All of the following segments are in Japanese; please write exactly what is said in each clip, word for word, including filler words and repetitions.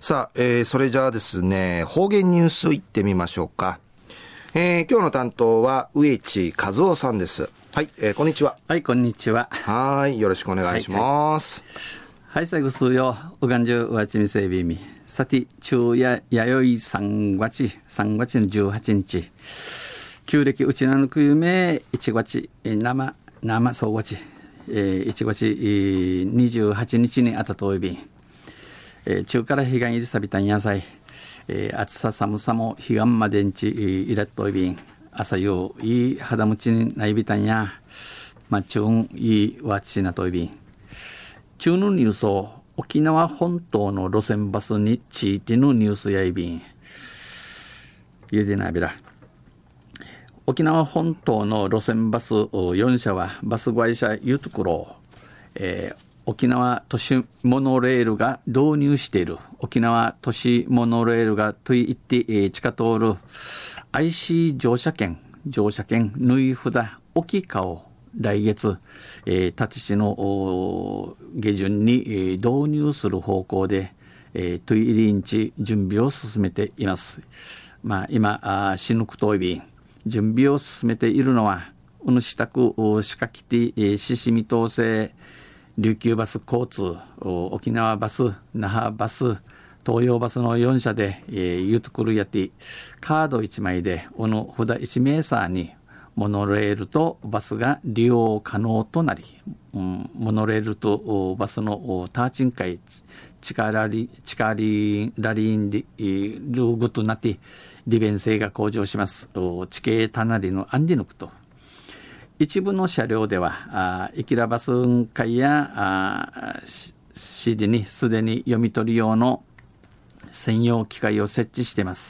さあ、えー、それじゃあですね、方言ニュースいってみましょうか。えー、今日の担当は植地和夫さんです。はい、えー、こんにちは。 はい、こんにちは。 はい、よろしくお願いします。 はい、はい、最後数よ、うがんじゅうわちみせびみ。さて、昼夜やよいさんがつ、さんがつのじゅうはちにち。旧暦うちなのくゆめ、いちがつ、生、生、そうがち、いちがつにじゅうはちにちにあたといびん。えー、中から彼岸入りさびたんやさい、えー、暑さ寒さも彼岸までんちいらっといびん朝夕いい肌持ちにないびたんやまあ中いいわちなといびん中のニュースを沖縄本島の路線バスに地域のニュースやいびんゆでなびら沖縄本島の路線バスよんしゃはバス会社ゆとくろ、えー沖縄都市モノレールが導入している沖縄都市モノレールがといって、えー、地下通る アイシー 乗車券乗車券縫い札沖化を来月、えー、立ちの下旬に、えー、導入する方向で、えー、トゥイリンチ準備を進めています。まあ今シヌクトイビン準備を進めているのはうぬしたくしかきてししみ統制琉球バス交通沖縄バス那覇バス東洋バスのよんしゃで、えー、ゆとくるやてカードいちまいでおの札いちメーサーにモノレールとバスが利用可能となり、うん、モノレールとバスのターチン会力り力りラリンでルーグとなって利便性が向上します。地形たなりのアンディヌクと一部の車両ではイキラバス会や シーディー にすでに読み取り用の専用機械を設置しています。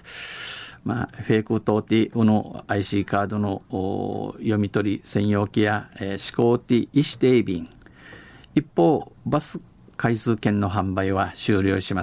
まあ、フェイクトーティの アイシー カードの読み取り専用機や指向ティ意指定便一方バス回数券の販売は終了します。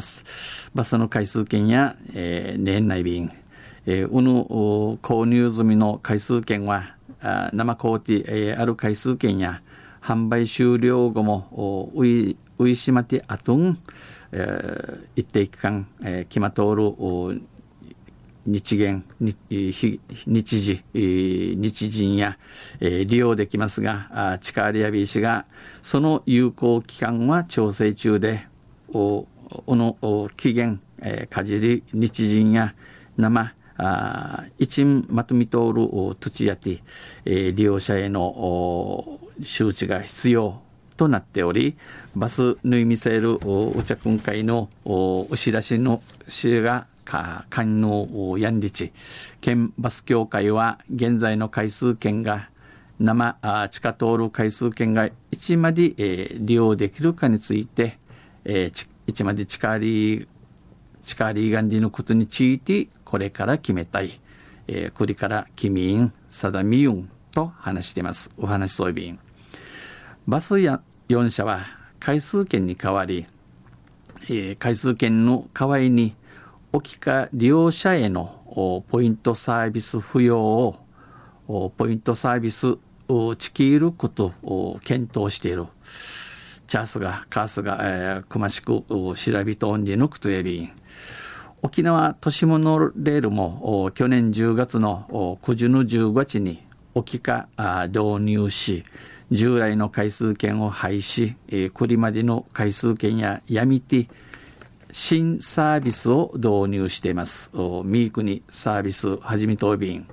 バスの回数券や、えー、年内便、えー、うぬ購入済みの回数券は生コーティ、えー、ある回数券や販売終了後もうい、ういしまてあとん、えー、一定期間、えー、決まっとる日限日日時日人や、えー、利用できますがチカーリアビー氏がその有効期間は調整中でおおのお期限、えー、かじり日人や生あ一まとみ通る土地やて、えー、利用者への周知が必要となっておりバス縫い見せるお茶今回のお知らしのしが官能やんりち県バス協会は現在の回数券が生地下通る回数券がいちまで、えー、利用できるかについて、えー、いちまで近り近りがんりのことについてこれから決めたい、えー、これから君ん定みゆんと話しています。お話そういびんバスやよんしゃは回数券に代わり、えー、回数券の代わりに沖か利用者へのポイントサービス付与をポイントサービスをチキることを検討している。チャースがカースが、えー、くましく調べとんで抜くとやり沖縄都市モノレールも去年じゅうがつのくじのじゅうごにちに沖か導入し従来の回数券を廃止、えー、これまでの回数券ややみて新サービスを導入しています。ミークにサービス始めとびん、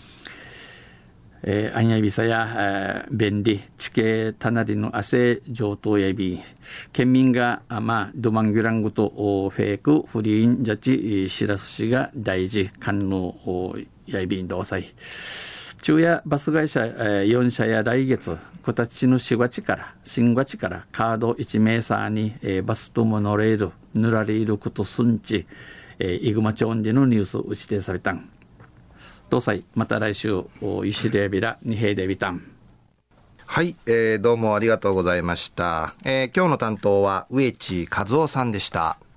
えー、アンヤビサや、えー、便利地形たなりの汗上等やび県民があまあドマンギュラングとフェイクフリーンジャチシラス市が大事官能やびん同祭中夜バス会社、えー、よんしゃや来月今年のしがつから新月からカードいちメーサーに、えー、バスとモノレール塗られることすんち、えー、イグマチョンジのニュースを指定されたん同祭また来週石でビラ二平でビタンはい、えー、どうもありがとうございました、えー、今日の担当は植地和夫さんでした。